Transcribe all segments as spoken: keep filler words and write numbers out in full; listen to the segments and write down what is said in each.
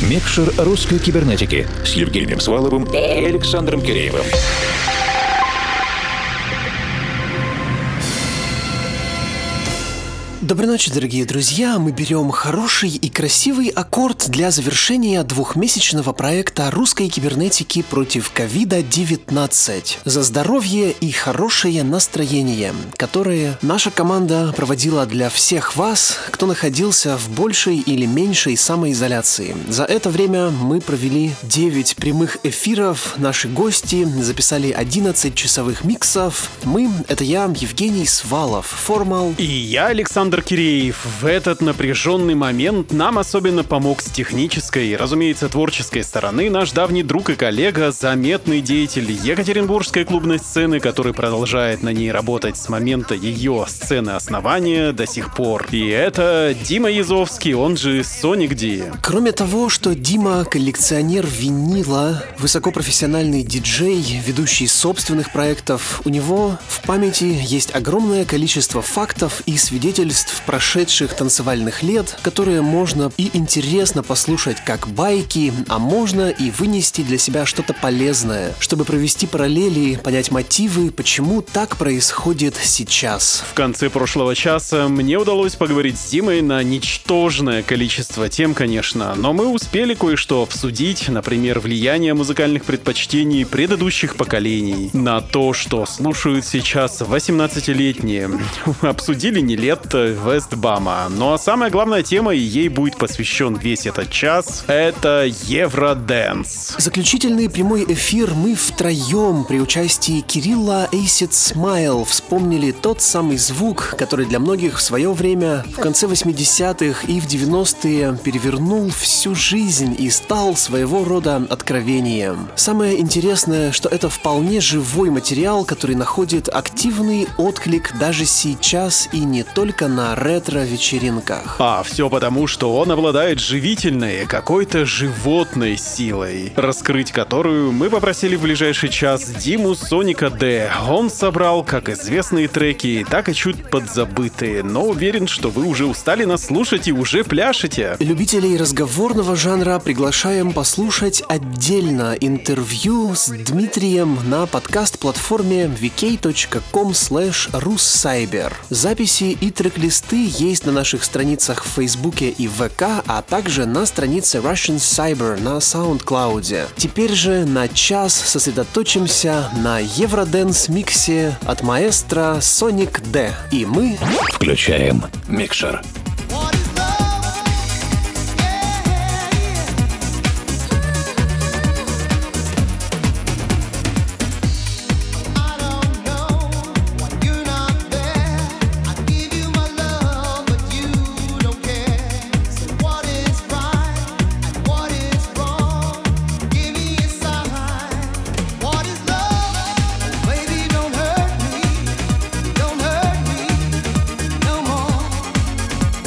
Микшер русской кибернетики с Евгением Сваловым и Александром Киреевым. Доброй ночи, дорогие друзья! Мы берем хороший и красивый аккорд для завершения двухмесячного проекта русской кибернетики против ковид девятнадцать. За здоровье и хорошее настроение, которое наша команда проводила для всех вас, кто находился в большей или меньшей самоизоляции. За это время мы провели девять прямых эфиров, наши гости записали одиннадцать часовых миксов. Мы — это я, Евгений Свалов, Формал. И я, Александр Киреев. В этот напряженный момент нам особенно помог с технической и, разумеется, творческой стороны наш давний друг и коллега, заметный деятель екатеринбургской клубной сцены, который продолжает на ней работать с момента ее сцены основания до сих пор. И это Дима Язовский, он же Sonic D. Кроме того, что Дима — коллекционер винила, высокопрофессиональный диджей, ведущий собственных проектов, у него в памяти есть огромное количество фактов и свидетельств прошедших танцевальных лет, которые можно и интересно послушать как байки, а можно и вынести для себя что-то полезное, чтобы провести параллели, понять мотивы, почему так происходит сейчас. В конце прошлого часа мне удалось поговорить с Димой на ничтожное количество тем, конечно, но мы успели кое-что обсудить, например, влияние музыкальных предпочтений предыдущих поколений на то, что слушают сейчас восемнадцатилетние. Обсудили Нилетто, Вестбама. Ну а самая главная тема, и ей будет посвящен весь этот час, это Евродэнс. Заключительный прямой эфир мы втроем при участии Кирилла Acid Smile вспомнили тот самый звук, который для многих в свое время в конце восьмидесятых и в девяностые перевернул всю жизнь и стал своего рода откровением. Самое интересное, что это вполне живой материал, который находит активный отклик даже сейчас и не только на ретро-вечеринках. А все потому, что он обладает живительной, какой-то животной силой, раскрыть которую мы попросили в ближайший час Диму Соника D. Он собрал как известные треки, так и чуть подзабытые, но уверен, что вы уже устали нас слушать и уже пляшете. Любителей разговорного жанра приглашаем послушать отдельно интервью с Дмитрием на подкаст-платформе ви кей точка ком слэш руссайбер. Записи и трек-листы есть на наших страницах в Фейсбуке и ВК, а также на странице Russian Cyber на SoundCloud. Теперь же на час сосредоточимся на Евродэнс-миксе от маэстро Sonic D. И мы включаем микшер. Don't hurt me no more.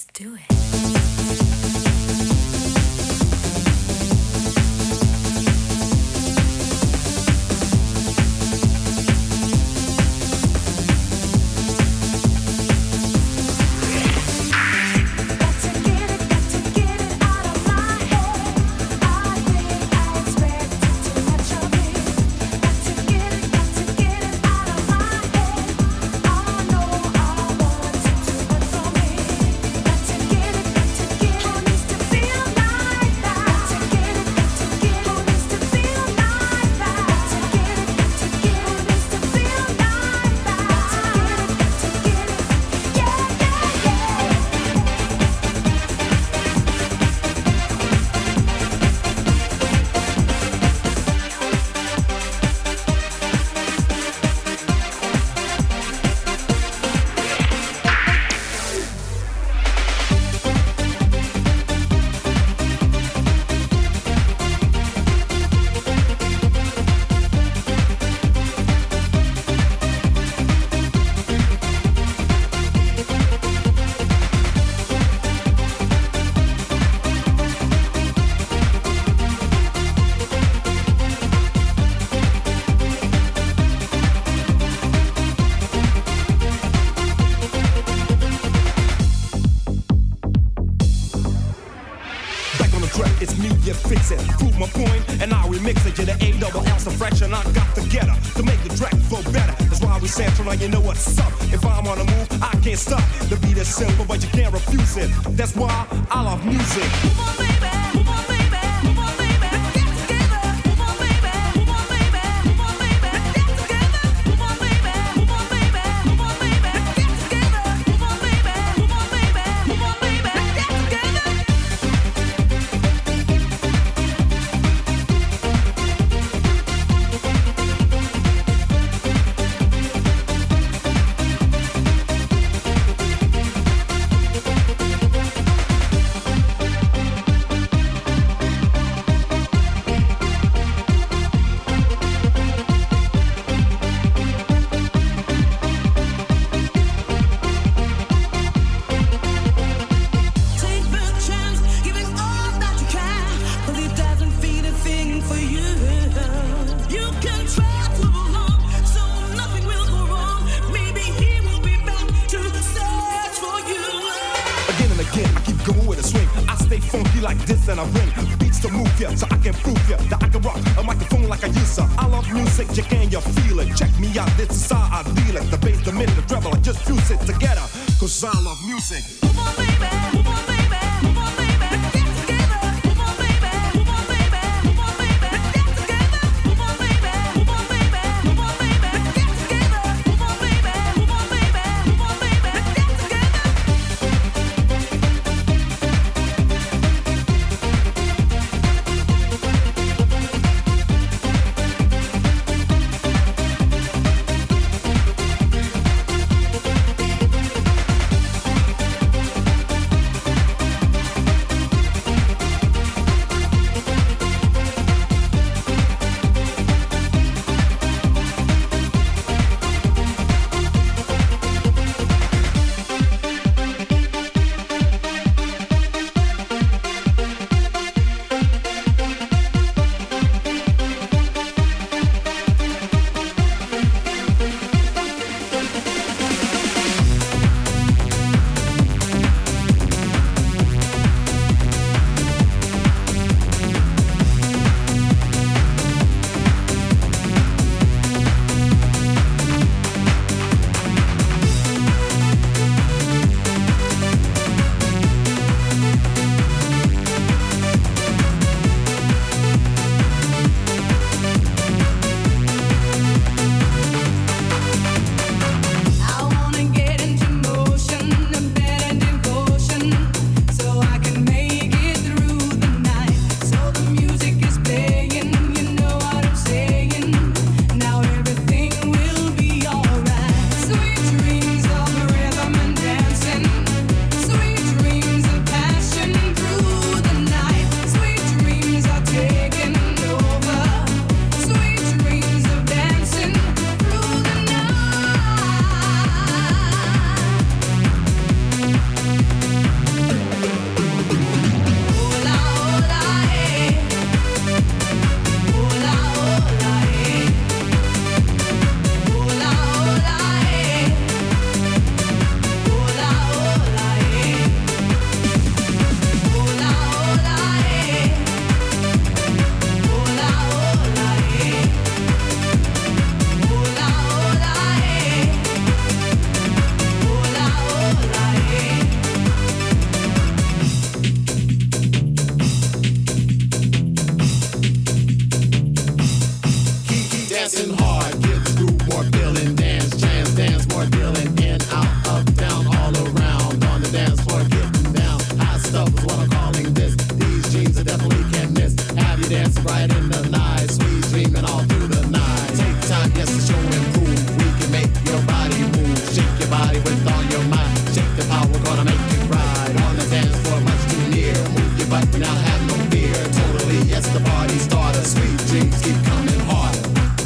do it. It's me, you fix it. Prove my point, and I remix it. You're the A double L, some fraction I got together to make the track flow better. That's why we sample, now you know what's up. If I'm on the move, I can't stop. The beat is simple, but you can't refuse it. That's why I love music. Move on, baby. Move on, baby. Move on, baby. Let's get together. Move on, baby. Move on, baby. Move on, baby. Let's get together. Move on, baby. Move on, baby. Move on, baby. Let's get together. Move on, baby. Move on, baby. Move on, baby. Let's get together. Like this and I bring beats to move ya, so I can prove ya that I can rock a microphone like I used to. I love music, you can you feel it? Check me out, this is how I deal it. The bass, the minute, the treble, I just fuse it together. Cause I love music. Move on, baby, move on, baby, move on, baby. Let's get together. Move on, baby, move on, baby, move on, baby. Let's get together. Move on, baby, move on, baby, move on, baby. Let's get together. Move on, baby, move on, baby, move on, baby. Let's get together. dance right in the night, sweet dreaming all through the night. Take time, yes, to show and prove. We can make your body move. Shake your body with all your might. Shake the power, gonna make you right. On the dance floor, much too near. Move your butt, now have no fear. Totally, yes, the party starter. Sweet dreams keep coming harder.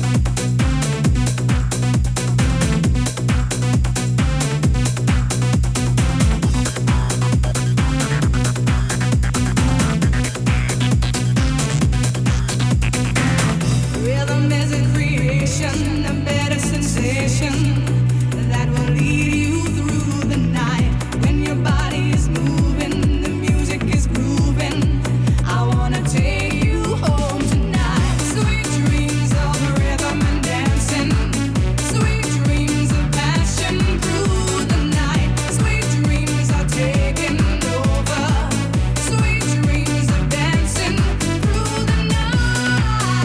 Rhythm is a creation, a better sensation that will lead you through the night. When your body is moving, the music is grooving. I wanna take you home tonight. Sweet dreams of rhythm and dancing. Sweet dreams of passion through the night. Sweet dreams are taking over. Sweet dreams of dancing through the night.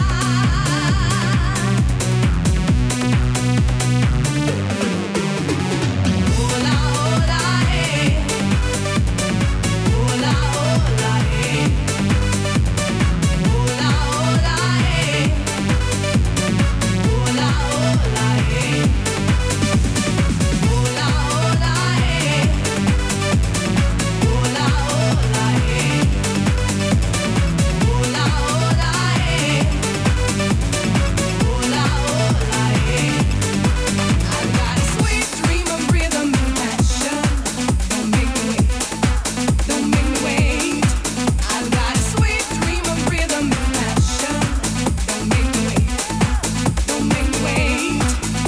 Hola, hola, hey. Hola, hola, hey. Hola, hola, hey. Hola, hola, hey. Hola, hola, hey. Hola, hola, hey. Hola, hola, hey. Hola, hola, hey. I've got a sweet dream of rhythm and passion. Don't make me wait. Don't make me wait. I've got a sweet dream of rhythm and passion. Don't make me wait. Don't make me wait.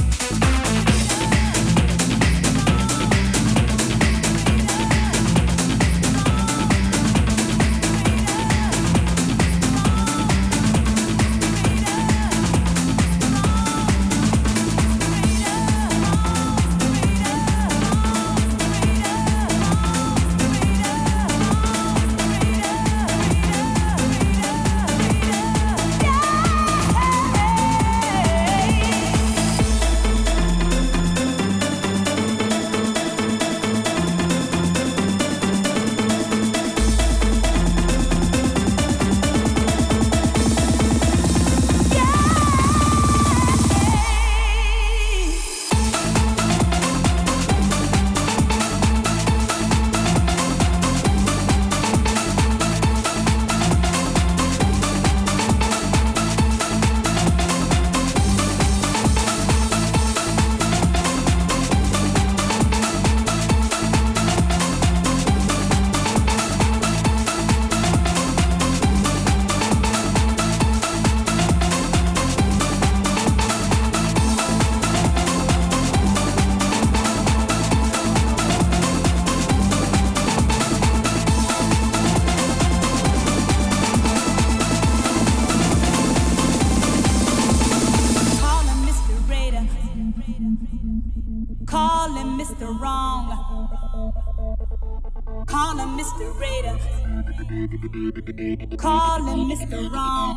Call him Mister Raider. Call him Mister Wrong. Call him Mister Raider. Call him Mister Wrong.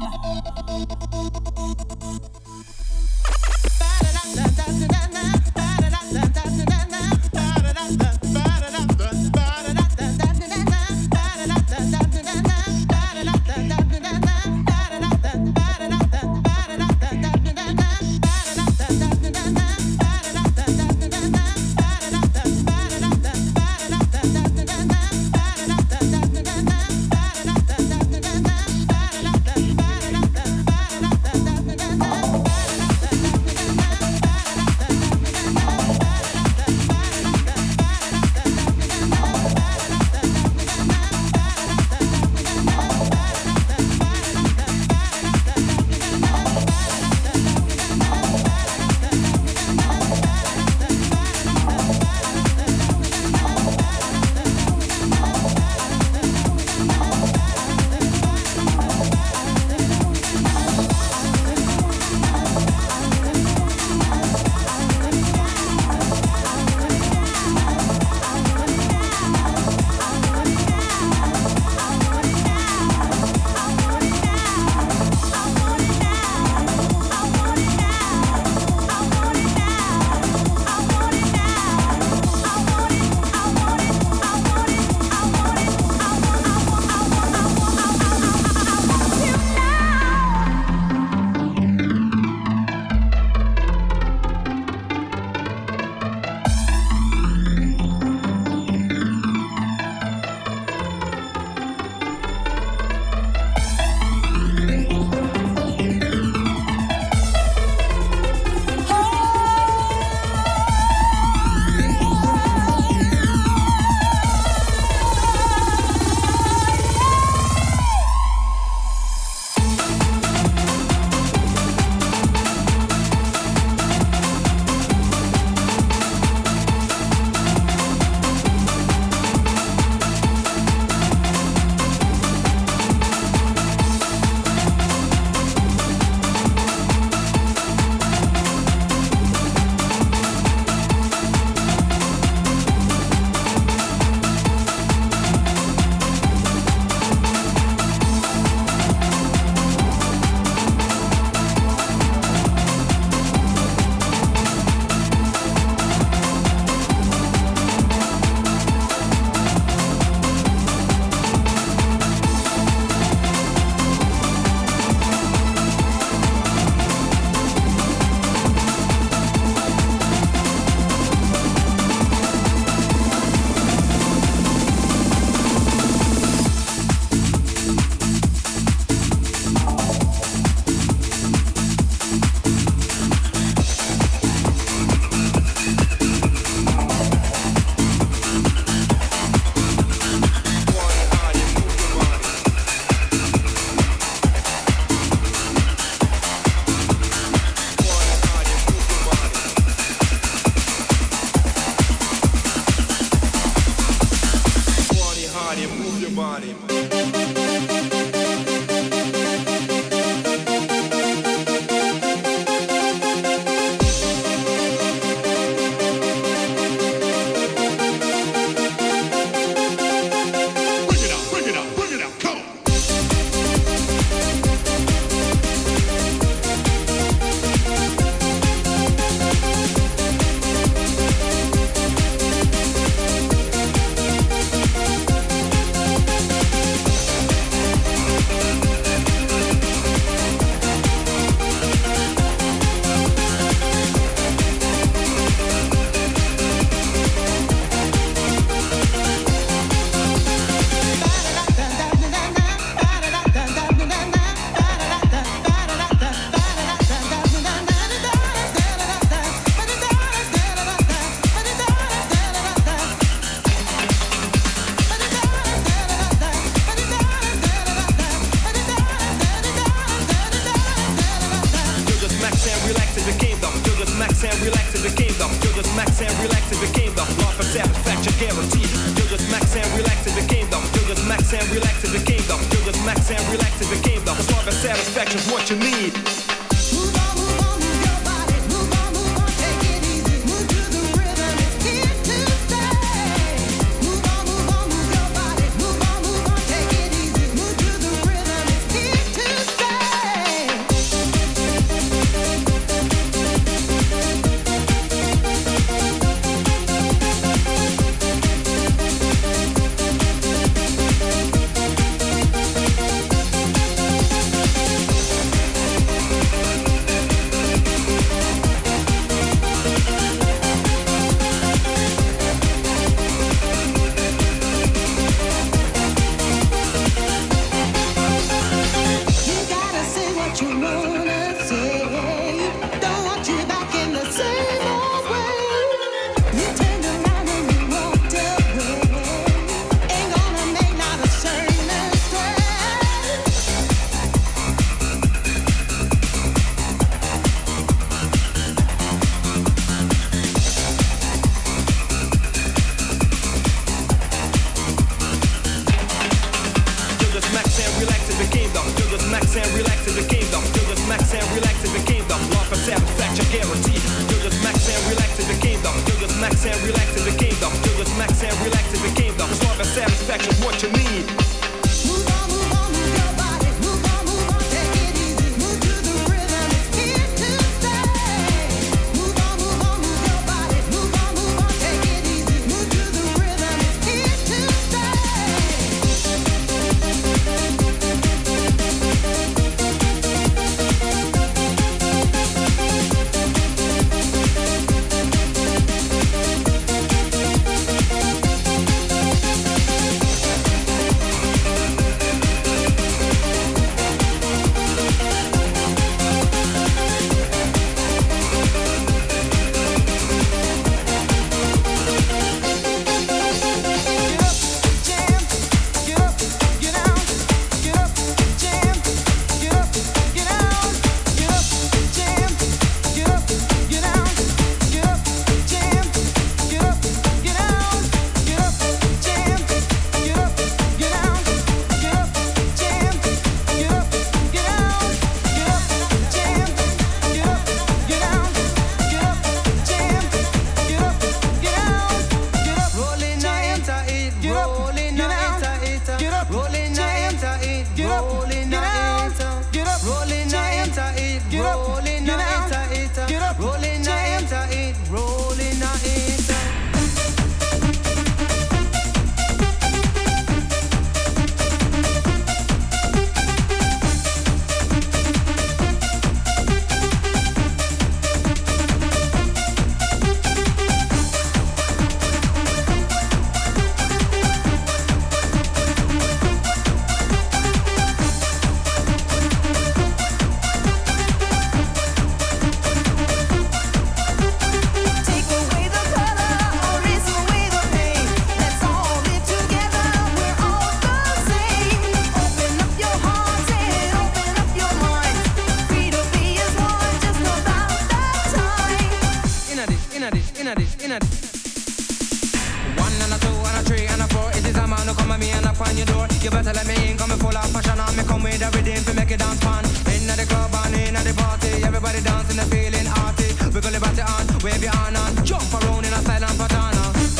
body, move your body. One and a two and a three and a four. It is a man who come at me and a knock on your door. You better let me in, come full of passion and me come with a rhythm to make it dance fun. Inna the club and inna the party, everybody dancing and feeling arty. Wiggle your body on, wave your hand on, jump around in a silent patana.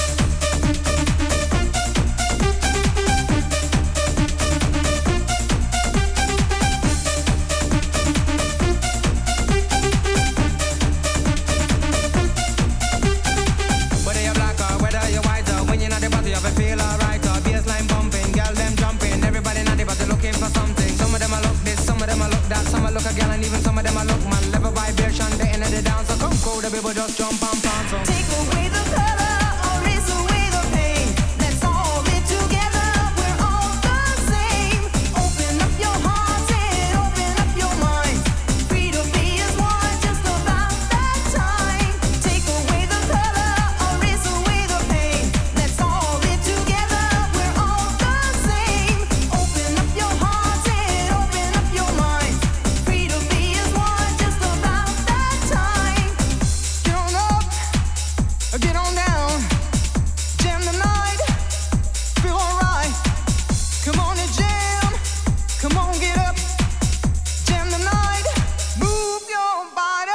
Feel alright, uh, bassline bumping, girl them jumping, everybody naughty but they looking for something. Some of them a look this, some of them a look that, some a look a girl and even some of them a look man. Level vibration, they in the dance, so come cool, the people just jump and dance. So. Take away the color or erase away the pain. Let's all live together, we're all the same. Open up your heart and open up your mind. Free to be as one, just about that time. Take away the color or erase away the pain. Let's all live together, we're all the same. Open up your heart and open up your mind. Free to be as one, just about that time. Get on up, get on down, jam the night, feel alright. Come on and jam, come on get up, jam the night, move your body.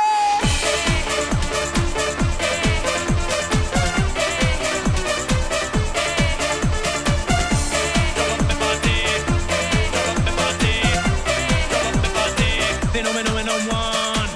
Phenomenon one.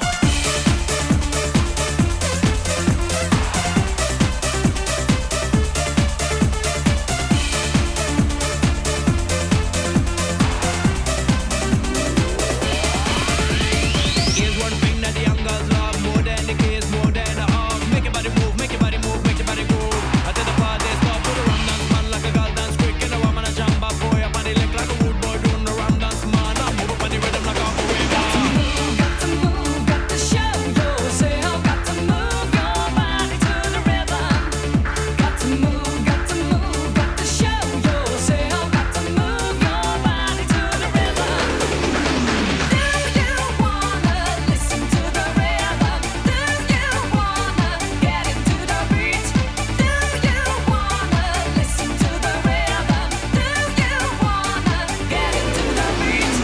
Here's one thing that the young girls love more than the kids, more than the hug. Make your body move, make your body move, make your body groove. I tell the party stop, put a rum dance man like a girl dance quick, and a woman a jump up boy up on the leg like a wood boy doing the rum dance man. I move up on the rhythm like a forever. Got to move, got to show yourself. Got to move your body to the rhythm. Got to move, got to move, got to show yourself. Got to move your body to the rhythm. Do you wanna listen to the rhythm? Do you wanna get into the beat? Do you wanna listen to the rhythm? Do you wanna get into the beat?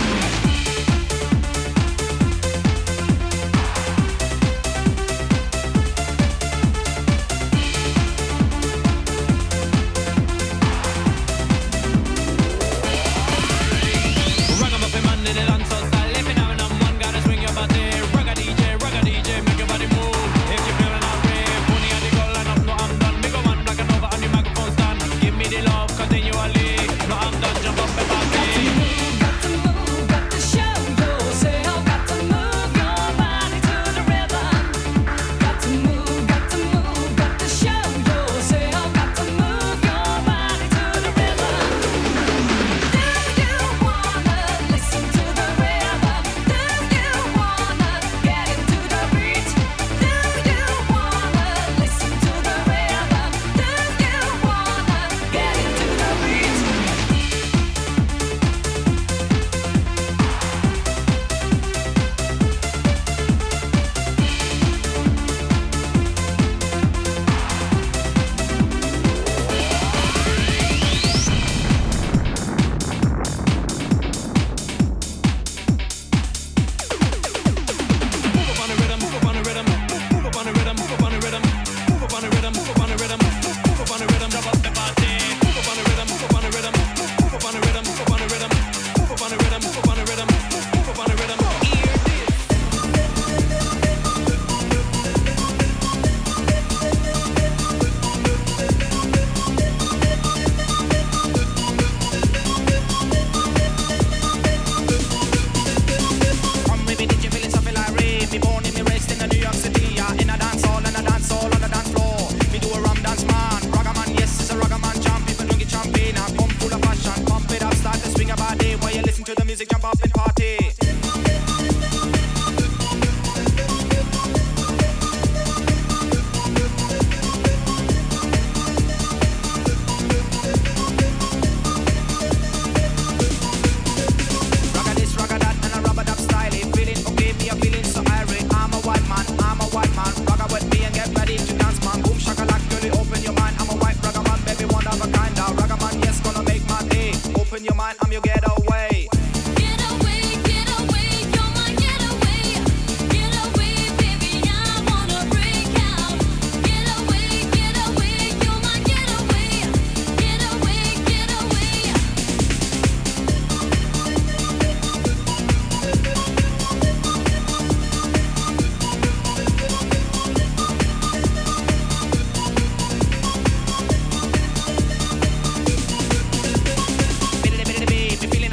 Ragamuffin man in the dancehall style. If you know no one, gotta swing your body. Ragga D J, ragga D J, make your body move. If you feeling alright, pony on the girl and up, no I'm done. Make a man black and over on the microphone stand. Give me the love continually. No I'm done, jump up and party. Got to move, got to show yourself. Got to move your body to the rhythm. Got to move, got to move, got to show yourself. Got to move your body to the rhythm. Do you wanna listen to the rhythm? Do you wanna get into the beat? Do you wanna listen to the rhythm? Do you wanna get into the beat? Move up on the rhythm, move up on the rhythm, move up on the rhythm, move up on the rhythm, move up on the rhythm, move up on the rhythm, move up on the rhythm, jump up the party. Move up on the rhythm, move up on the rhythm, move up on the rhythm, move up on the rhythm, move up on the rhythm, move up on the rhythm, move up on the rhythm. Hear this. Come with me, did you feeling something like rave? Me born in me raised in the New York City, yeah. In a dance hall, in a dance hall, on a dance floor. Me do a rum dance man, ragga man, yes, it's a ragga man jump. People drinking champagne, I come full of passion. Pump it up, start to swing your body. While you listen to the music, jump up and party. Ragga this, ragga that, and a rubber dub style. Feeling okay, me a feeling so irate. I'm a white man, I'm a white man. Ragga with me and get ready to dance, man. Boom shakalak, girlie, open your mind. I'm a white ragga man, baby, one of a kind. Now ragga man, yes, gonna make my day. open your mind, I'm your getaway. Get away, get away, you're my getaway. Get away, baby, I wanna break out. Get away, get away, you're my getaway. Get away, get away. Baby, baby, baby, feeling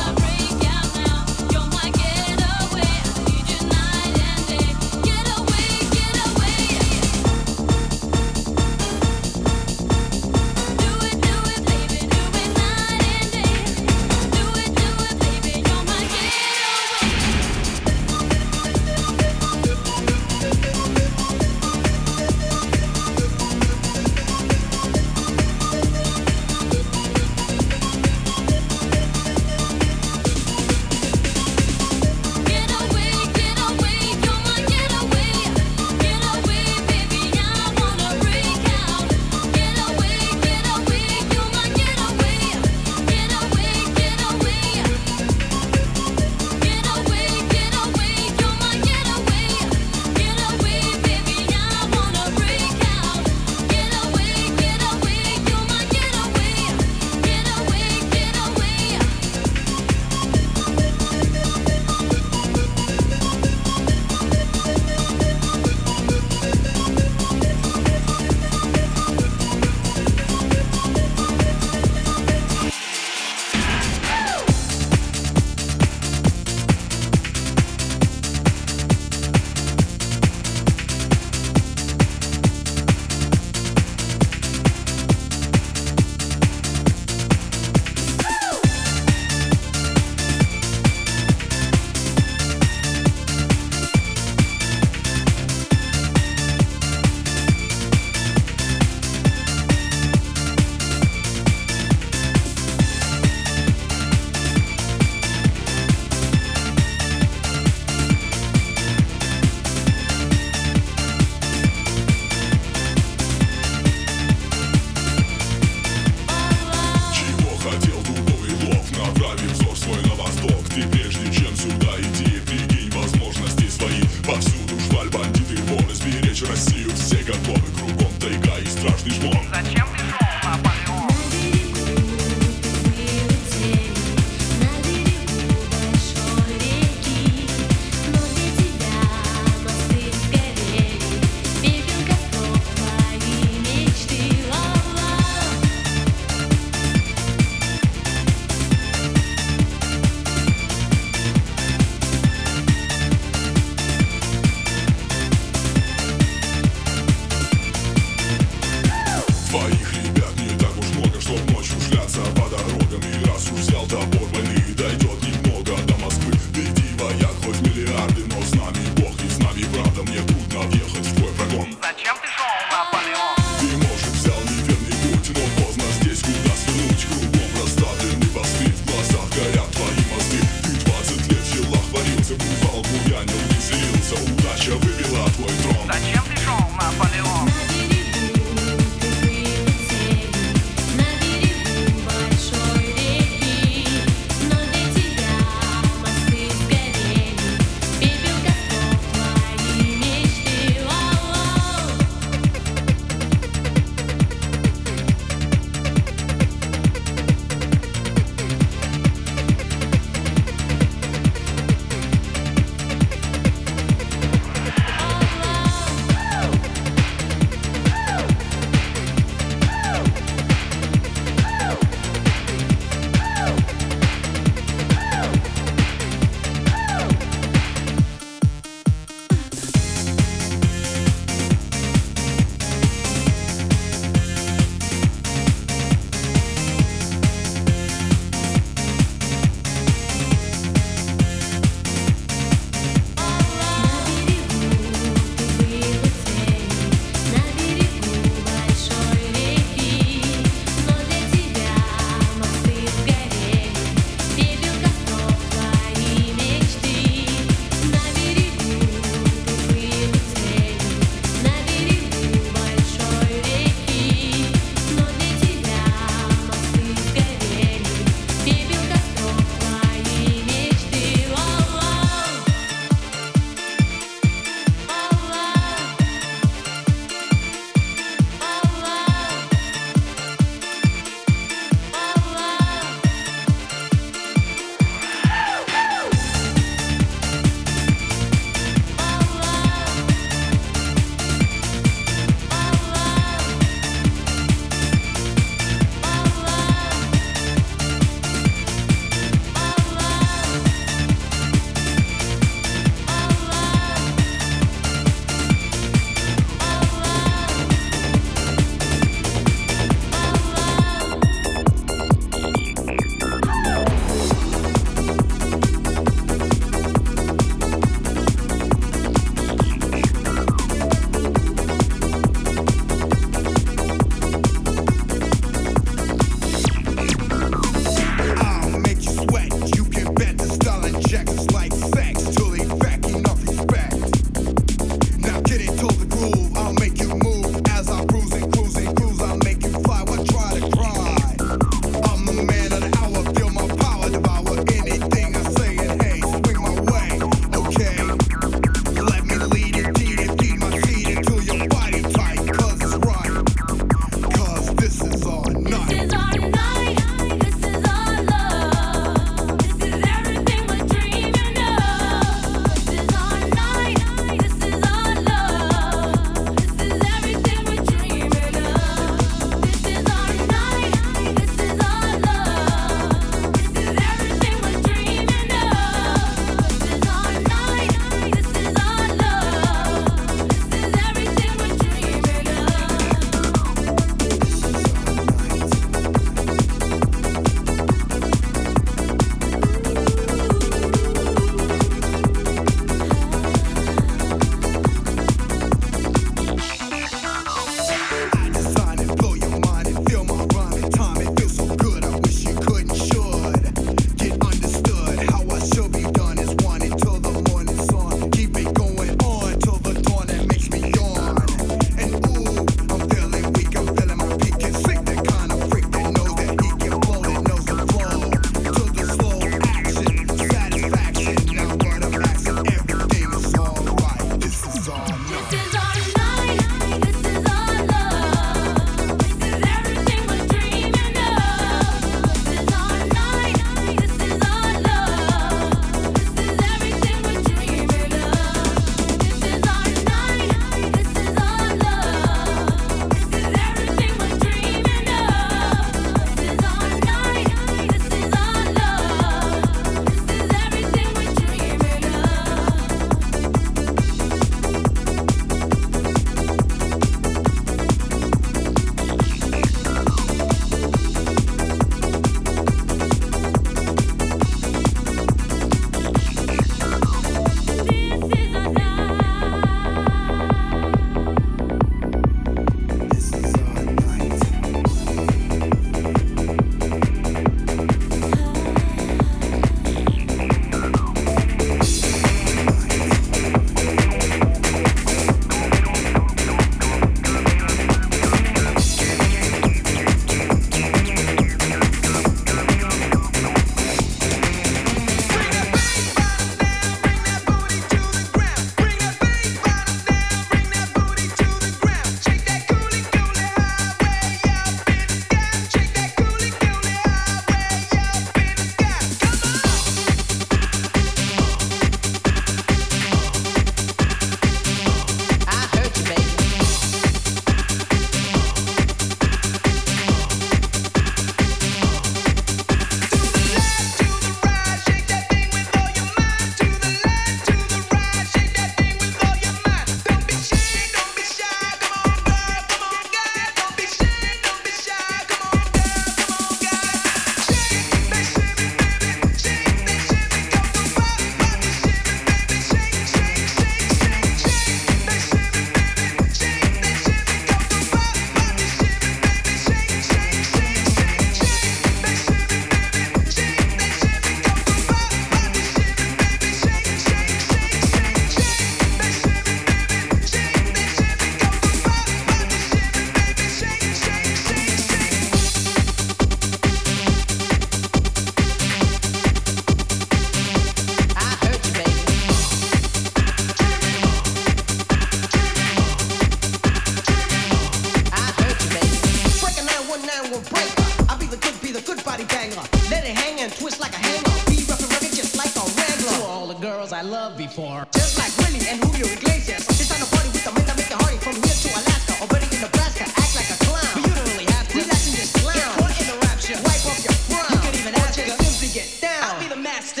breaker. I'll be the good, be the good body banger. Let it hang and twist like a hanger. Be rough and rugged just like a wrangler. To all the girls I loved before. Just like Willie and Julio Iglesias. It's time to party with the men that make it hardy. From here to Alaska or better in Nebraska. Act like a clown. But you don't really have to. Relax and just clown. Get caught in the rapture. Wipe off your frown. You can even ask to simply get down. I'll be the master.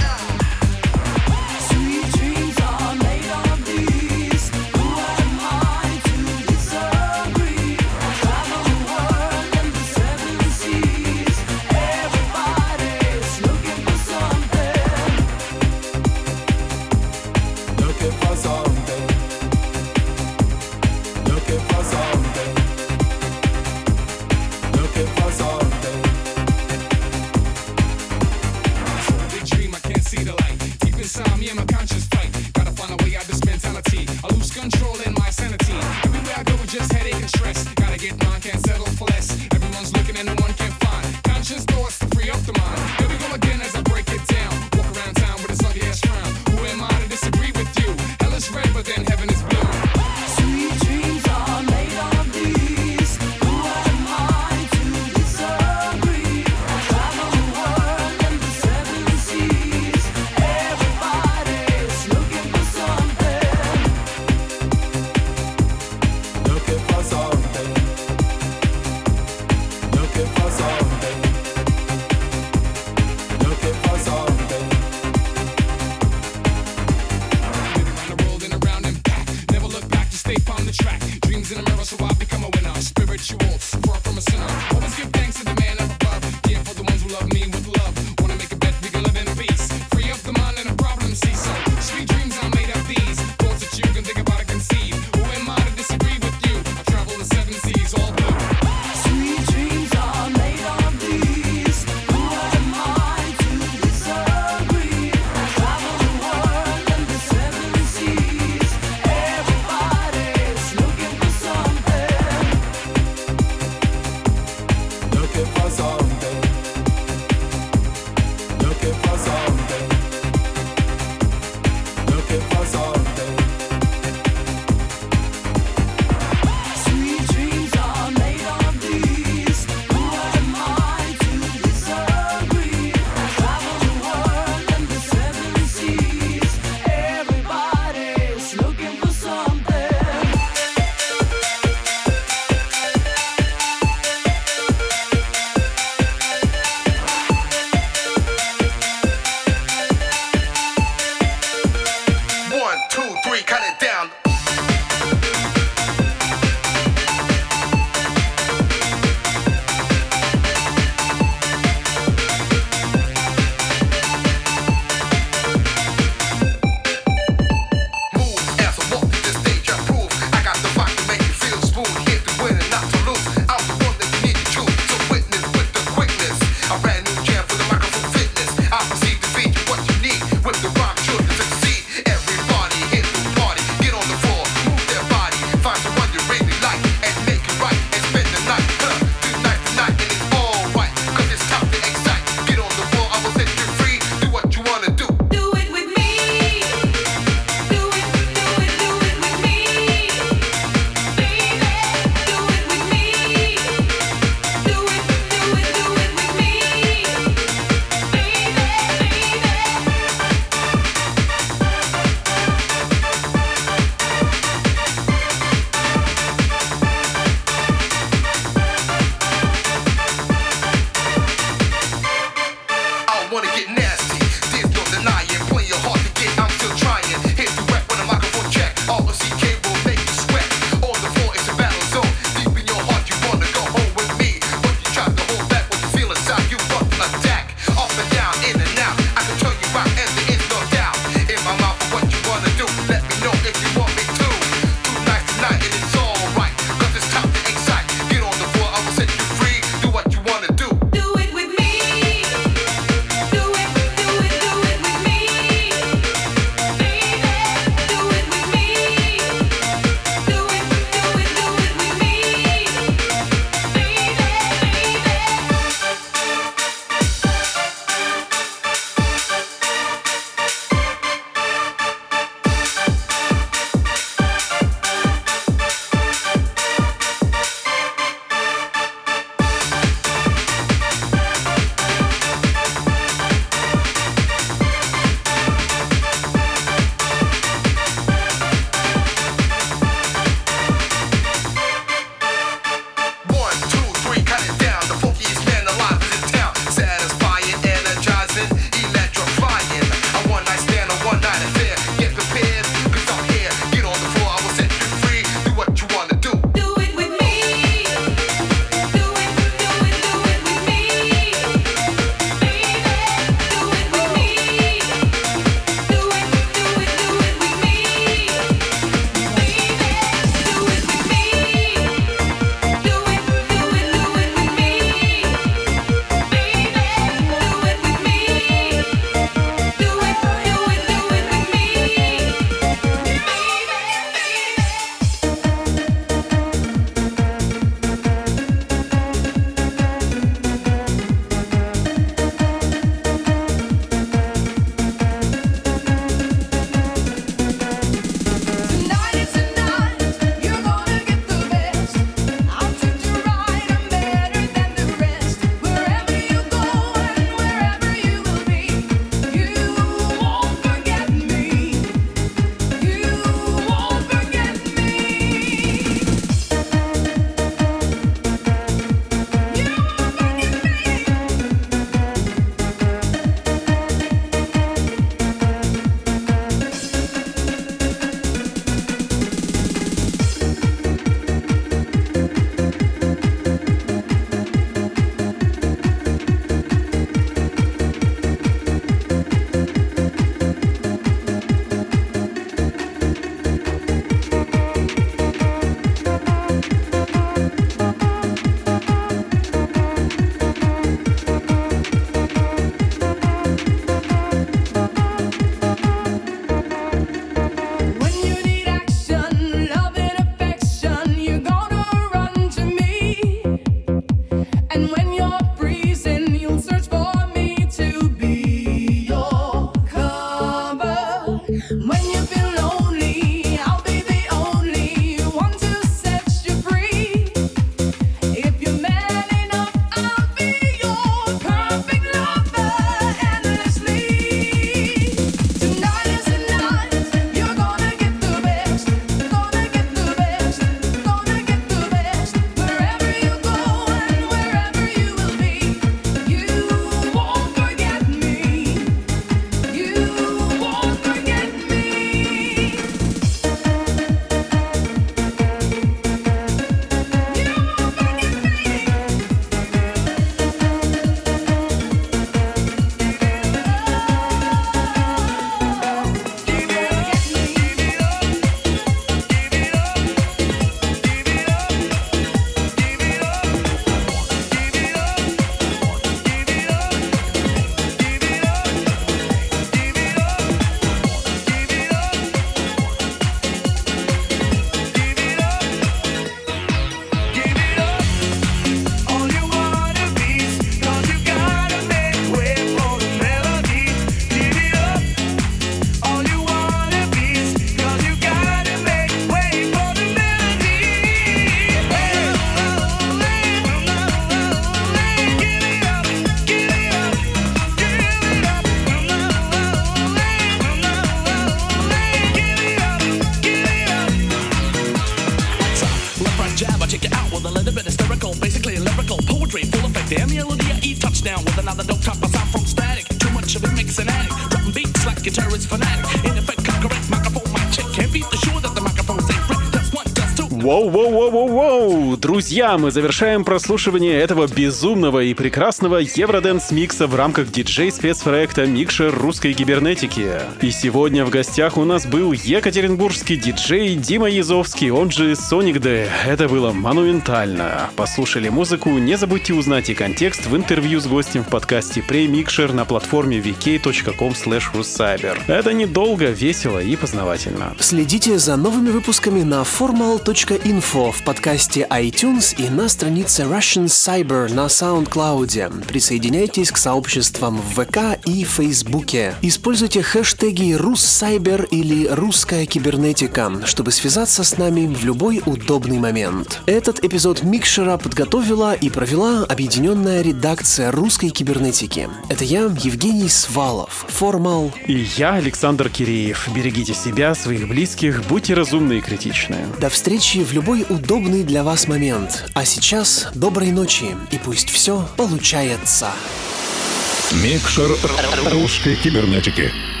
Воу-воу-воу-воу-воу! Друзья, мы завершаем прослушивание этого безумного и прекрасного Евроденс-микса в рамках диджей-спецпроекта «Микшер русской кибернетики». И сегодня в гостях у нас был екатеринбургский диджей Дима Язовский, он же Sonic D. Это было монументально. Послушали музыку, не забудьте узнать и контекст в интервью с гостем в подкасте «Премикшер» на платформе ви кей точка ком слэш руссайбер. Это недолго, весело и познавательно. Следите за новыми выпусками на formal точка info в подкасте iTunes и на странице Russian Cyber на SoundCloud. Присоединяйтесь к сообществам в ВК и Фейсбуке. Используйте хэштеги «Руссайбер» или «Русская кибернетика», чтобы связаться с нами в любой удобный момент. Этот эпизод Микшера подготовила и провела объединенная редакция русской кибернетики. Это я, Евгений Свалов, Формал. И я, Александр Киреев. Берегите себя, своих близких, будьте разумны и критичны. До встречи в любой удобный для вас момент. А сейчас доброй ночи, и пусть все получается. Микшер русской кибернетики.